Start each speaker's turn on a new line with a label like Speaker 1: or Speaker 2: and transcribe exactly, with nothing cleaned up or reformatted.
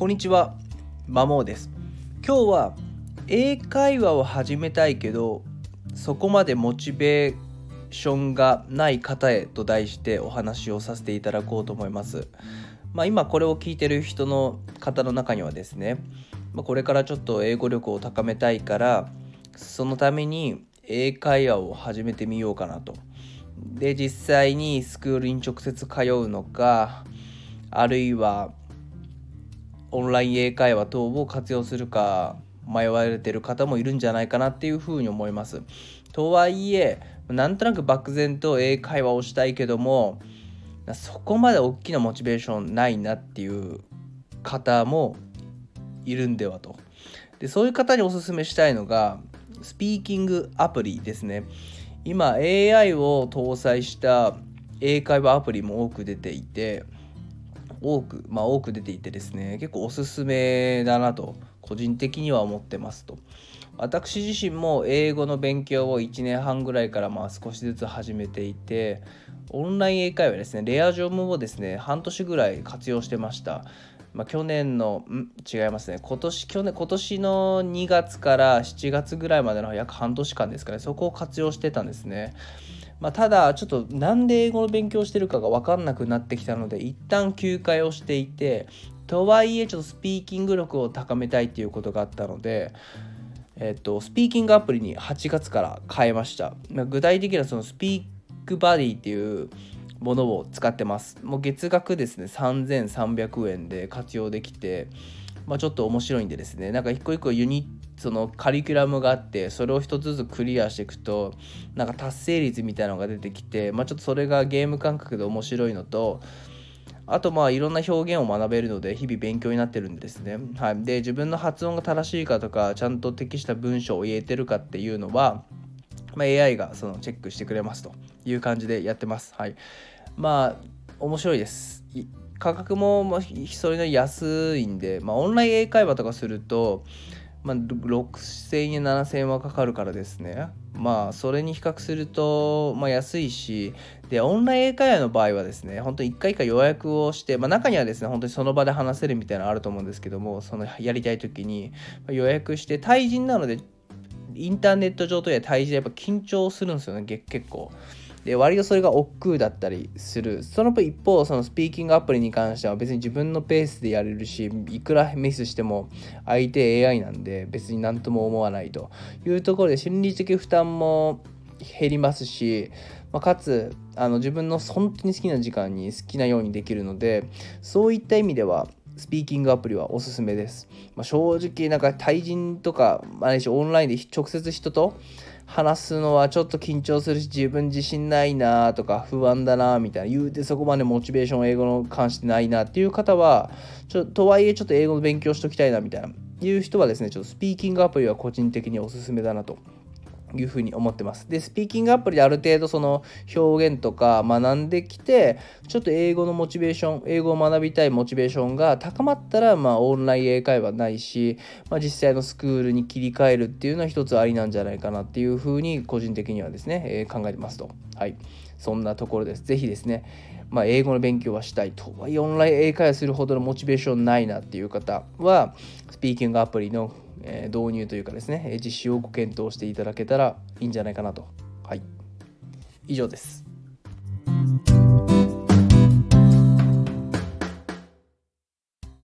Speaker 1: んにちは、マモーです。今日は英会話を始めたいけどそこまでモチベーションがない方へと題してお話をさせていただこうと思います。まあ、今これを聞いてる人の方の中にはですね、まあ、これからちょっと英語力を高めたいからそのために英会話を始めてみようかなと。で実際にスクールに直接通うのか、あるいはオンライン英会話等を活用するか迷われてる方もいるんじゃないかなっていうふうに思います。とはいえなんとなく漠然と英会話をしたいけどもそこまで大きなモチベーションないなっていう方もいるんではと。でそういう方におすすめしたいのがスピーキングアプリですね。今 エーアイ を搭載した英会話アプリも多く出ていて多くまあ多く出ていてですね、結構おすすめだなと個人的には思ってますと。私自身も英語の勉強をいちねんはんぐらいからまあ少しずつ始めていて、オンライン英会話ですね、レアジョムをですね半年ぐらい活用してました。まあ、去年のん違いますね今年去年今年のにがつからしちがつぐらいまでの約半年間ですかね、そこを活用してたんですね。まあ、ただちょっとなんで英語の勉強してるかが分かんなくなってきたので一旦休会をしていて、とはいえちょっとスピーキング力を高めたいっていうことがあったので、えっと、スピーキングアプリにはちがつから変えました。まあ、具体的にはそのスピークバディっていうものを使ってます。もう月額ですねさんぜんさんびゃくえんで活用できて、まあ、ちょっと面白いんでですね、なんか一個一個ユニそのカリキュラムがあってそれを一つずつクリアしていくとなんか達成率みたいなのが出てきて、まあ、ちょっとそれがゲーム感覚で面白いのと、あとまあいろんな表現を学べるので日々勉強になってるんですね。はい、で自分の発音が正しいかとかちゃんと適した文章を言えてるかっていうのは、まあ、エーアイ がそのチェックしてくれますという感じでやってます。はい、まあ面白いです。価格もまあそれなり安いんで、まあ、オンライン英会話とかすると、まあ、ろくせんえんななせんえんはかかるからですね、まあそれに比較すると、まあ、安いし、でオンライン英会話の場合はですね本当にいっかいいっかい予約をして、まあ、中にはですね本当にその場で話せるみたいなのあると思うんですけども、そのやりたい時に予約して対人なのでインターネット上とや対人でやっぱ緊張するんですよね結構。で割とそれが億劫だったりする。その一方そのスピーキングアプリに関しては別に自分のペースでやれるし、いくらミスしても相手 エーアイ なんで別に何とも思わないというところで心理的負担も減りますし、まあ、かつあの自分の本当に好きな時間に好きなようにできるので、そういった意味ではスピーキングアプリはおすすめです。まあ、正直なんか対人とか、まあ、オンラインで直接人と話すのはちょっと緊張するし自分自信ないなとか不安だなみたいな言うてそこまでモチベーション英語の関してないなっていう方はちょとはいえちょっと英語の勉強しときたいなみたいないう人はですね、ちょっとスピーキングアプリは個人的におすすめだなというふうに思ってます。でスピーキングアプリである程度その表現とか学んできてちょっと英語のモチベーション英語を学びたいモチベーションが高まったら、まあオンライン英会話ないし、まあ、実際のスクールに切り替えるっていうのは一つありなんじゃないかなっていうふうに個人的にはですね、えー、考えてますと。はい、そんなところです。ぜひですね、まあ、英語の勉強はしたいとはいえオンライン英会話するほどのモチベーションないなっていう方はスピーキングアプリのえ導入というかですね、実施をご検討していただけたらいいんじゃないかなと。はい、以上です。